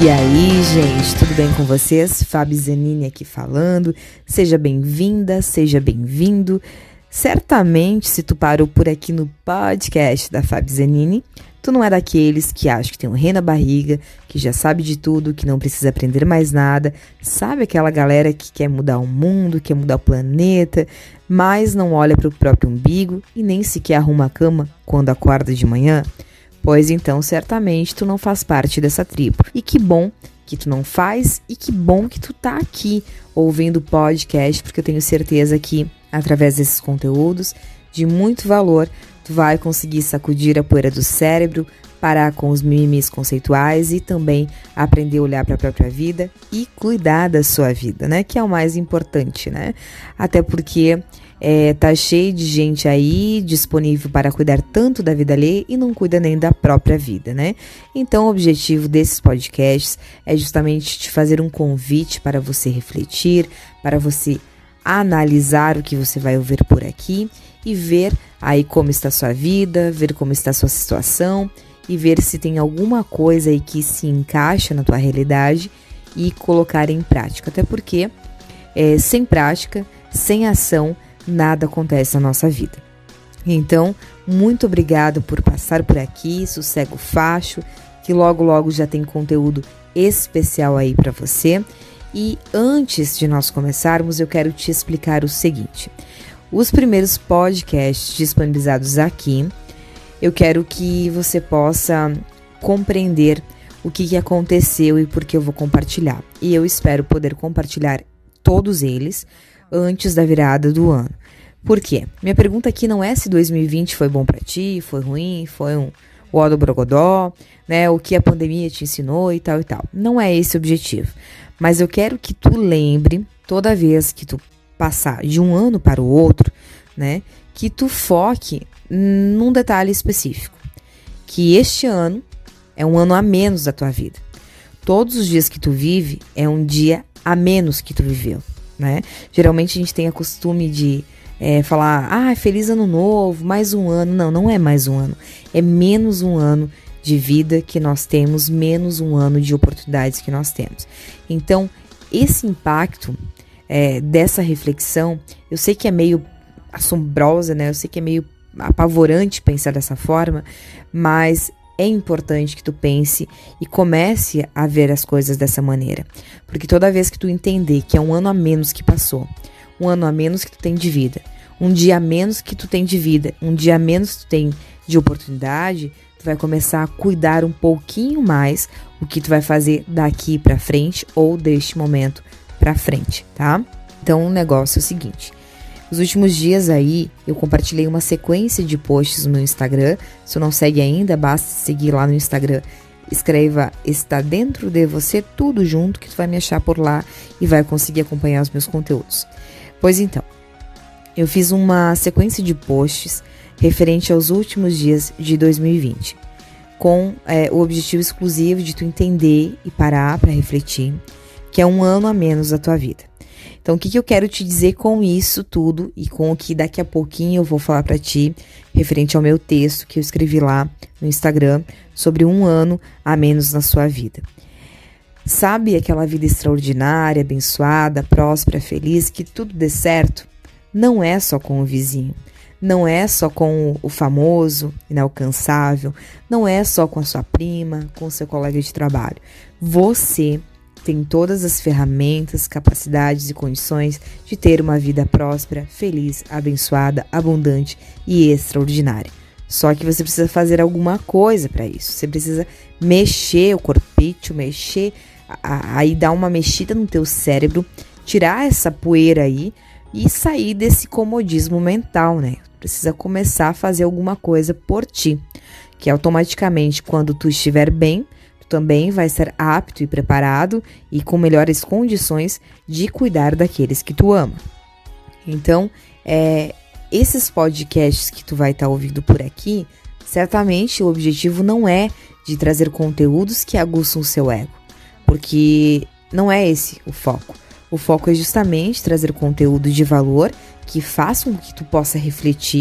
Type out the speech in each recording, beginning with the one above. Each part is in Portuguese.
E aí, gente, tudo bem com vocês? Fabi Zanini aqui falando. Seja bem-vinda, seja bem-vindo. Certamente, se tu parou por aqui no podcast da Fabi Zanini, tu não é daqueles que acham que tem um rei na barriga, que já sabe de tudo, que não precisa aprender mais nada. Sabe aquela galera que quer mudar o mundo, quer mudar o planeta, mas não olha para o próprio umbigo e nem sequer arruma a cama quando acorda de manhã? Pois então, certamente, tu não faz parte dessa tribo. E que bom que tu não faz e que bom que tu tá aqui ouvindo o podcast, porque eu tenho certeza que, através desses conteúdos de muito valor, tu vai conseguir sacudir a poeira do cérebro, parar com os mimimis conceituais e também aprender a olhar para a própria vida e cuidar da sua vida, né? Que é o mais importante, né? Até porque tá cheio de gente aí disponível para cuidar tanto da vida alheia e não cuida nem da própria vida, né? Então, o objetivo desses podcasts é justamente te fazer um convite para você refletir, para você analisar o que você vai ouvir por aqui e ver aí como está a sua vida, ver como está a sua situação e ver se tem alguma coisa aí que se encaixa na tua realidade e colocar em prática. Até porque sem prática, sem ação, nada acontece na nossa vida. Então, muito obrigado por passar por aqui, sossega o facho, que logo logo já tem conteúdo especial aí para você. E antes de nós começarmos, eu quero te explicar o seguinte. Os primeiros podcasts disponibilizados aqui, eu quero que você possa compreender o que aconteceu e por que eu vou compartilhar. E eu espero poder compartilhar todos eles antes da virada do ano. Por quê? Minha pergunta aqui não é se 2020 foi bom pra ti, foi ruim, foi um ó do brogodó, né? O que a pandemia te ensinou e tal e tal. Não é esse o objetivo. Mas eu quero que tu lembre, toda vez que tu passar de um ano para o outro, né? Que tu foque num detalhe específico. Que este ano é um ano a menos da tua vida. Todos os dias que tu vive é um dia a menos que tu viveu. Né? Geralmente a gente tem o costume de falar, feliz ano novo, mais um ano. Não é mais um ano, é menos um ano de vida que nós temos, menos um ano de oportunidades que nós temos. Então, esse impacto dessa reflexão, eu sei que é meio assombrosa, né? Eu sei que é meio apavorante pensar dessa forma, mas é importante que tu pense e comece a ver as coisas dessa maneira. Porque toda vez que tu entender que é um ano a menos que passou, um ano a menos que tu tem de vida, um dia a menos que tu tem de vida, um dia a menos que tu tem de oportunidade, tu vai começar a cuidar um pouquinho mais o que tu vai fazer daqui pra frente ou deste momento pra frente, tá? Então o negócio é o seguinte. Nos últimos dias aí, eu compartilhei uma sequência de posts no meu Instagram. Se não segue ainda, basta seguir lá no Instagram. Escreva Está Dentro de Você, tudo junto, que tu vai me achar por lá e vai conseguir acompanhar os meus conteúdos. Pois então, eu fiz uma sequência de posts referente aos últimos dias de 2020, com o objetivo exclusivo de tu entender e parar para refletir, que é um ano a menos da tua vida. Então, o que eu quero te dizer com isso tudo e com o que daqui a pouquinho eu vou falar para ti, referente ao meu texto que eu escrevi lá no Instagram sobre um ano a menos na sua vida. Sabe aquela vida extraordinária, abençoada, próspera, feliz, que tudo dê certo? Não é só com o vizinho, não é só com o famoso, inalcançável, não é só com a sua prima, com o seu colega de trabalho. Você tem todas as ferramentas, capacidades e condições de ter uma vida próspera, feliz, abençoada, abundante e extraordinária. Só que você precisa fazer alguma coisa para isso. Você precisa mexer o corpício, aí dar uma mexida no teu cérebro, tirar essa poeira aí e sair desse comodismo mental, né? Precisa começar a fazer alguma coisa por ti, que automaticamente, quando tu estiver bem, também vai ser apto e preparado e com melhores condições de cuidar daqueles que tu ama. Então, esses podcasts que tu vai estar ouvindo por aqui, certamente o objetivo não é de trazer conteúdos que aguçam o seu ego, porque não é esse o foco. O foco é justamente trazer conteúdo de valor que faça com que tu possa refletir,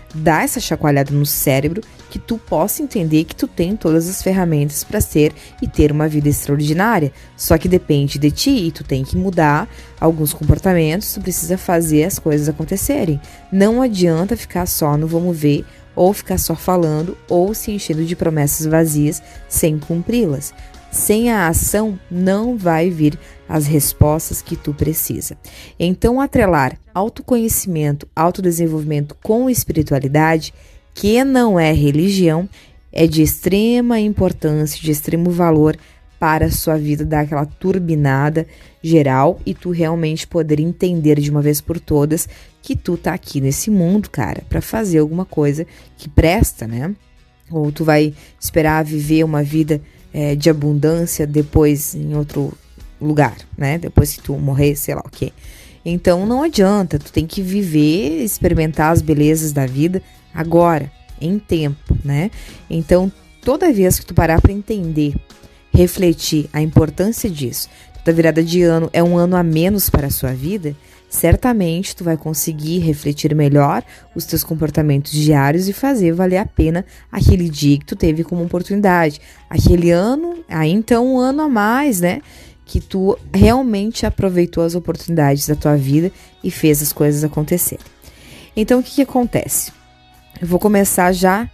dar essa chacoalhada no cérebro, que tu possa entender que tu tem todas as ferramentas para ser e ter uma vida extraordinária. Só que depende de ti e tu tem que mudar alguns comportamentos, tu precisa fazer as coisas acontecerem. Não adianta ficar só no vamos ver, ou ficar só falando, ou se enchendo de promessas vazias sem cumpri-las. Sem a ação, não vai vir as respostas que tu precisa. Então, atrelar autoconhecimento, autodesenvolvimento com espiritualidade, que não é religião, é de extrema importância, de extremo valor para a sua vida, dar aquela turbinada geral e tu realmente poder entender de uma vez por todas que tu tá aqui nesse mundo, cara, para fazer alguma coisa que presta, né? Ou tu vai esperar viver uma vida de abundância depois em outro lugar, né? Depois que tu morrer, sei lá o quê. Então não adianta, tu tem que viver, experimentar as belezas da vida agora, em tempo, né? Então toda vez que tu parar para entender, refletir a importância disso, toda virada de ano é um ano a menos para a sua vida, certamente tu vai conseguir refletir melhor os teus comportamentos diários e fazer valer a pena aquele dia que tu teve como oportunidade. Aquele ano, aí então um ano a mais, né? Que tu realmente aproveitou as oportunidades da tua vida e fez as coisas acontecerem. Então o que acontece? Eu vou começar já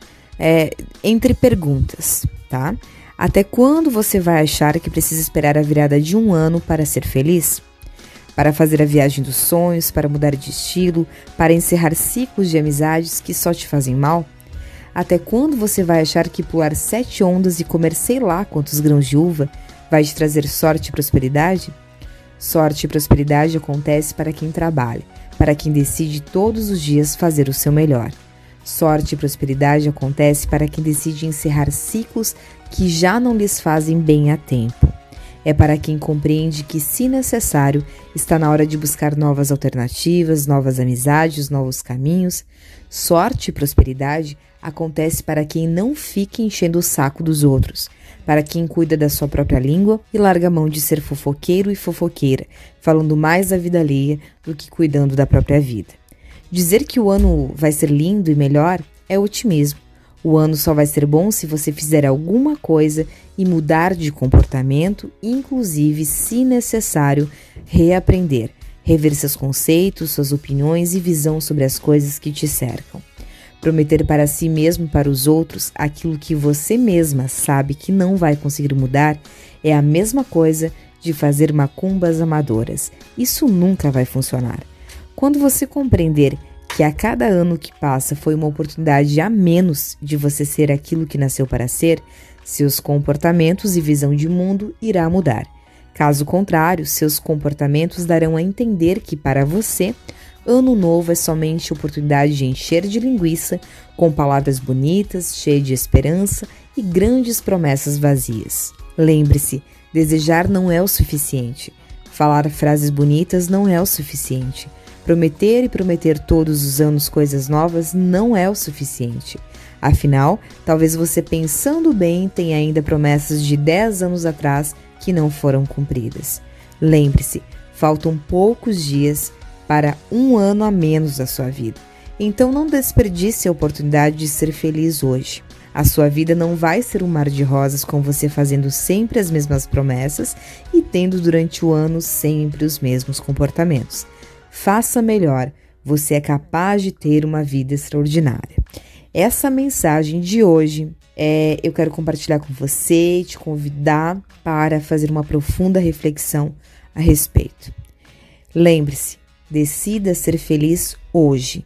entre perguntas, tá? Até quando você vai achar que precisa esperar a virada de um ano para ser feliz? Para fazer a viagem dos sonhos, para mudar de estilo, para encerrar ciclos de amizades que só te fazem mal? Até quando você vai achar que pular 7 ondas e comer sei lá quantos grãos de uva vai te trazer sorte e prosperidade? Sorte e prosperidade acontece para quem trabalha, para quem decide todos os dias fazer o seu melhor. Sorte e prosperidade acontece para quem decide encerrar ciclos que já não lhes fazem bem a tempo. É para quem compreende que, se necessário, está na hora de buscar novas alternativas, novas amizades, novos caminhos. Sorte e prosperidade acontece para quem não fica enchendo o saco dos outros, para quem cuida da sua própria língua e larga a mão de ser fofoqueiro e fofoqueira, falando mais da vida alheia do que cuidando da própria vida. Dizer que o ano vai ser lindo e melhor é otimismo. O ano só vai ser bom se você fizer alguma coisa e mudar de comportamento, inclusive, se necessário, reaprender, rever seus conceitos, suas opiniões e visão sobre as coisas que te cercam. Prometer para si mesmo e para os outros aquilo que você mesma sabe que não vai conseguir mudar é a mesma coisa de fazer macumbas amadoras. Isso nunca vai funcionar. Quando você compreender que a cada ano que passa foi uma oportunidade a menos de você ser aquilo que nasceu para ser, seus comportamentos e visão de mundo irá mudar. Caso contrário, seus comportamentos darão a entender que para você, ano novo é somente oportunidade de encher de linguiça, com palavras bonitas, cheias de esperança e grandes promessas vazias. Lembre-se, desejar não é o suficiente. Falar frases bonitas não é o suficiente. Prometer e prometer todos os anos coisas novas não é o suficiente. Afinal, talvez você, pensando bem, tenha ainda promessas de 10 anos atrás que não foram cumpridas. Lembre-se, faltam poucos dias para um ano a menos da sua vida. Então não desperdice a oportunidade de ser feliz hoje. A sua vida não vai ser um mar de rosas com você fazendo sempre as mesmas promessas e tendo durante o ano sempre os mesmos comportamentos. Faça melhor, você é capaz de ter uma vida extraordinária. Essa mensagem de hoje eu quero compartilhar com você e te convidar para fazer uma profunda reflexão a respeito. Lembre-se, decida ser feliz hoje.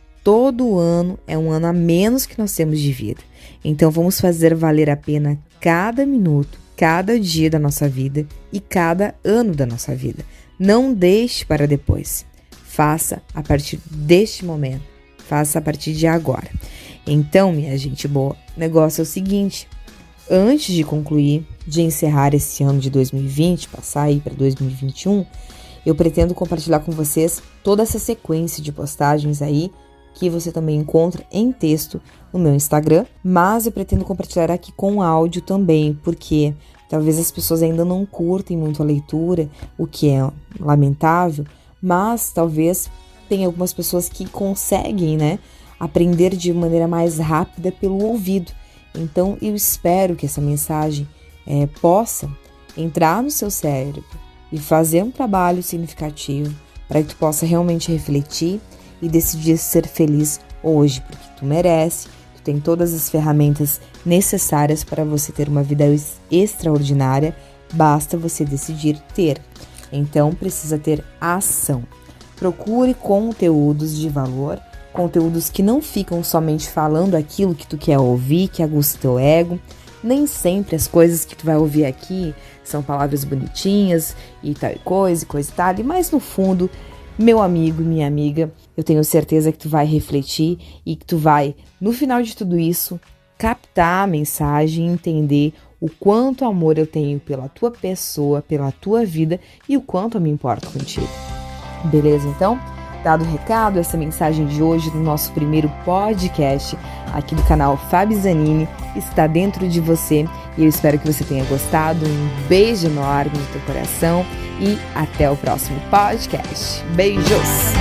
Todo ano é um ano a menos que nós temos de vida. Então vamos fazer valer a pena cada minuto, cada dia da nossa vida e cada ano da nossa vida. Não deixe para depois. Faça a partir deste momento. Faça a partir de agora. Então, minha gente boa, o negócio é o seguinte. Antes de concluir, de encerrar esse ano de 2020, passar aí para 2021, eu pretendo compartilhar com vocês toda essa sequência de postagens aí, que você também encontra em texto no meu Instagram, mas eu pretendo compartilhar aqui com áudio também, porque talvez as pessoas ainda não curtem muito a leitura, o que é lamentável, mas talvez tenha algumas pessoas que conseguem, né, aprender de maneira mais rápida pelo ouvido. Então, eu espero que essa mensagem possa entrar no seu cérebro e fazer um trabalho significativo para que tu possa realmente refletir e decidir ser feliz hoje, porque tu merece, tu tem todas as ferramentas necessárias para você ter uma vida extraordinária, basta você decidir ter. Então, precisa ter ação. Procure conteúdos de valor, conteúdos que não ficam somente falando aquilo que tu quer ouvir, que aguça teu ego. Nem sempre as coisas que tu vai ouvir aqui são palavras bonitinhas e tal coisa e tal, mas no fundo, meu amigo, minha amiga, eu tenho certeza que tu vai refletir e que tu vai, no final de tudo isso, captar a mensagem e entender o quanto amor eu tenho pela tua pessoa, pela tua vida e o quanto eu me importo contigo. Beleza, então? Dado o recado, essa mensagem de hoje do nosso primeiro podcast aqui do canal Fabi Zanini está dentro de você e eu espero que você tenha gostado. Um beijo enorme no teu coração e até o próximo podcast. Beijos!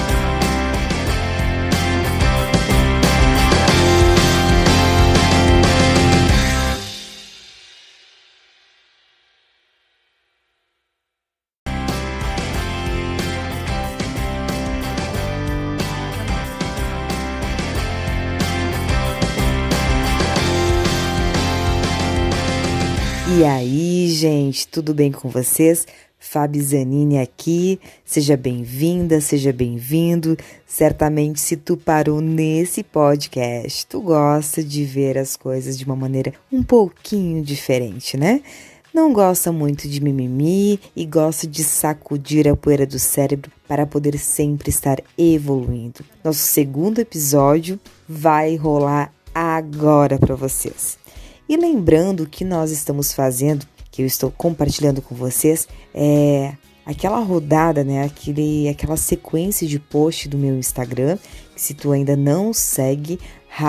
E aí, gente, tudo bem com vocês? Fabi Zanini aqui, seja bem-vinda, seja bem-vindo. Certamente, se tu parou nesse podcast, tu gosta de ver as coisas de uma maneira um pouquinho diferente, né? Não gosta muito de mimimi e gosta de sacudir a poeira do cérebro para poder sempre estar evoluindo. Nosso segundo episódio vai rolar agora para vocês. E lembrando que nós estamos fazendo, que eu estou compartilhando com vocês, aquela rodada, né? Aquela sequência de post do meu Instagram, que se tu ainda não segue,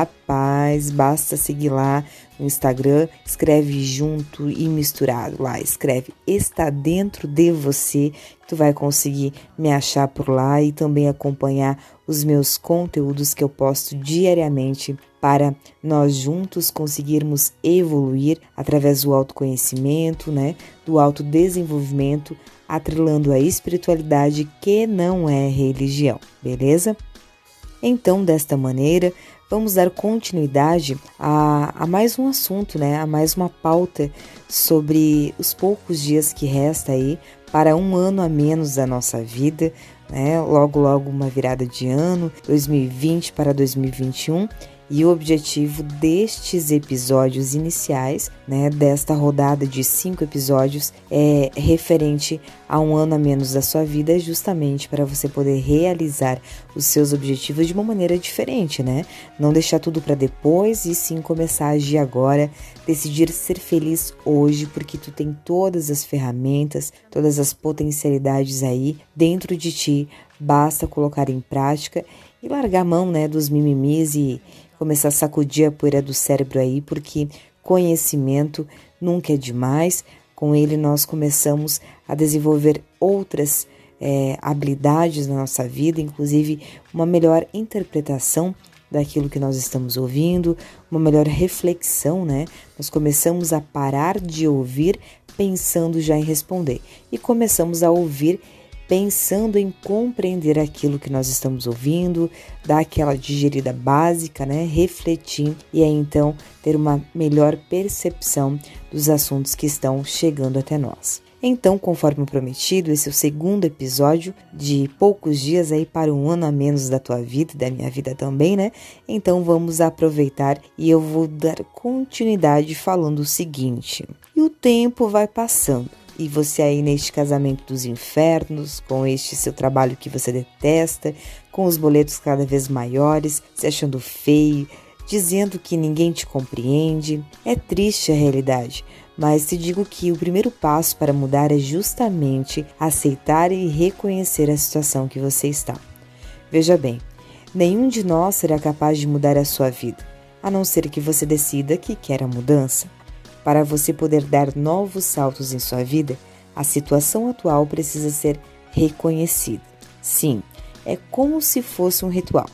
rapaz, basta seguir lá no Instagram, escreve junto e misturado lá, escreve Está Dentro de Você, tu vai conseguir me achar por lá e também acompanhar os meus conteúdos que eu posto diariamente para nós juntos conseguirmos evoluir através do autoconhecimento, né, do autodesenvolvimento, atrelando a espiritualidade que não é religião, beleza? Então, desta maneira, vamos dar continuidade a mais um assunto, né? A mais uma pauta sobre os poucos dias que resta aí para um ano a menos da nossa vida, né? Logo, uma virada de ano, 2020 para 2021. E o objetivo destes episódios iniciais, né, desta rodada de 5 episódios, é referente a um ano a menos da sua vida, justamente para você poder realizar os seus objetivos de uma maneira diferente, né? Não deixar tudo para depois e sim começar a agir agora, decidir ser feliz hoje, porque tu tem todas as ferramentas, todas as potencialidades aí dentro de ti, basta colocar em prática e largar a mão, né, dos mimimis e começar a sacudir a poeira do cérebro aí, porque conhecimento nunca é demais. Com ele nós começamos a desenvolver outras habilidades na nossa vida, inclusive uma melhor interpretação daquilo que nós estamos ouvindo, uma melhor reflexão, né? Nós começamos a parar de ouvir pensando já em responder e começamos a ouvir pensando em compreender aquilo que nós estamos ouvindo, dar aquela digerida básica, né? Refletir e aí então ter uma melhor percepção dos assuntos que estão chegando até nós. Então, conforme prometido, esse é o segundo episódio de poucos dias aí para um ano a menos da tua vida e da minha vida também, né? Então vamos aproveitar e eu vou dar continuidade falando o seguinte: e o tempo vai passando. E você aí neste casamento dos infernos, com este seu trabalho que você detesta, com os boletos cada vez maiores, se achando feio, dizendo que ninguém te compreende. É triste a realidade, mas te digo que o primeiro passo para mudar é justamente aceitar e reconhecer a situação que você está. Veja bem, nenhum de nós será capaz de mudar a sua vida, a não ser que você decida que quer a mudança. Para você poder dar novos saltos em sua vida, a situação atual precisa ser reconhecida. Sim, é como se fosse um ritual.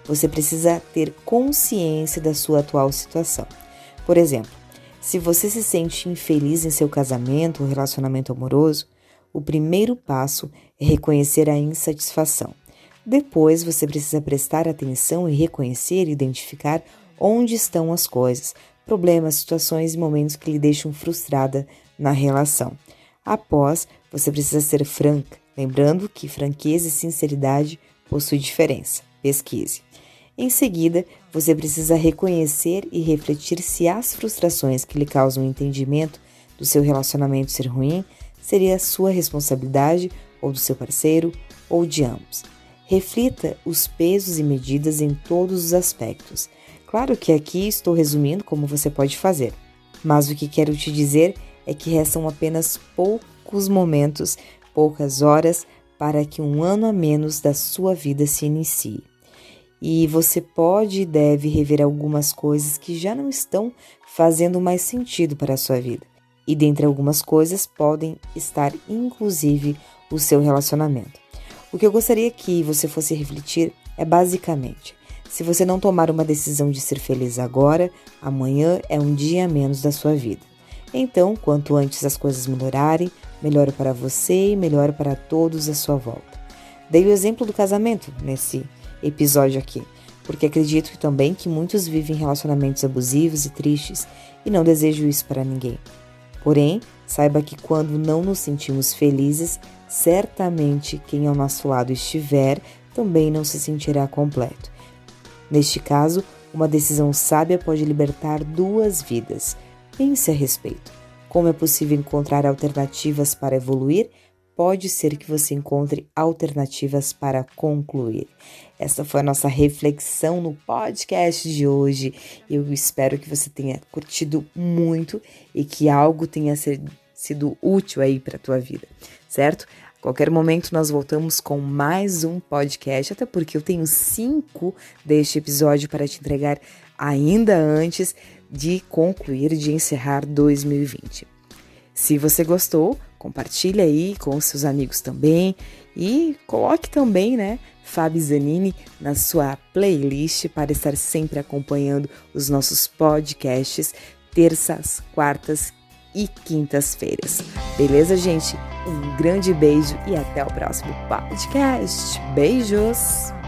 você precisa ter consciência da sua atual situação. Por exemplo, se você se sente infeliz em seu casamento ou relacionamento amoroso, o primeiro passo é reconhecer a insatisfação. Depois, você precisa prestar atenção e reconhecer e identificar onde estão as coisas, problemas, situações e momentos que lhe deixam frustrada na relação. Após, você precisa ser franca, lembrando que franqueza e sinceridade possuem diferença. Pesquise. Em seguida, você precisa reconhecer e refletir se as frustrações que lhe causam o entendimento do seu relacionamento ser ruim seria sua responsabilidade ou do seu parceiro ou de ambos. Reflita os pesos e medidas em todos os aspectos. Claro que aqui estou resumindo como você pode fazer, mas o que quero te dizer é que restam apenas poucos momentos, poucas horas para que um ano a menos da sua vida se inicie. E você pode e deve rever algumas coisas que já não estão fazendo mais sentido para a sua vida. E dentre algumas coisas podem estar inclusive o seu relacionamento. O que eu gostaria que você fosse refletir é basicamente, se você não tomar uma decisão de ser feliz agora, amanhã é um dia a menos da sua vida. Então, quanto antes as coisas melhorarem, melhor para você e melhor para todos à sua volta. Dei o exemplo do casamento nesse episódio aqui, porque acredito também que muitos vivem relacionamentos abusivos e tristes e não desejo isso para ninguém. Porém, saiba que quando não nos sentimos felizes, certamente quem ao nosso lado estiver também não se sentirá completo. Neste caso, uma decisão sábia pode libertar 2 vidas. Pense a respeito. Como é possível encontrar alternativas para evoluir? Pode ser que você encontre alternativas para concluir. Essa foi a nossa reflexão no podcast de hoje. Eu espero que você tenha curtido muito e que algo tenha sido útil aí para a tua vida, certo? A qualquer momento nós voltamos com mais um podcast, até porque eu tenho 5 deste episódio para te entregar ainda antes de concluir, de encerrar 2020. Se você gostou, compartilha aí com seus amigos também e coloque também, Fabi Zanini na sua playlist para estar sempre acompanhando os nossos podcasts terças, quartas e quintas-feiras. Beleza, gente? Um grande beijo e até o próximo podcast. Beijos!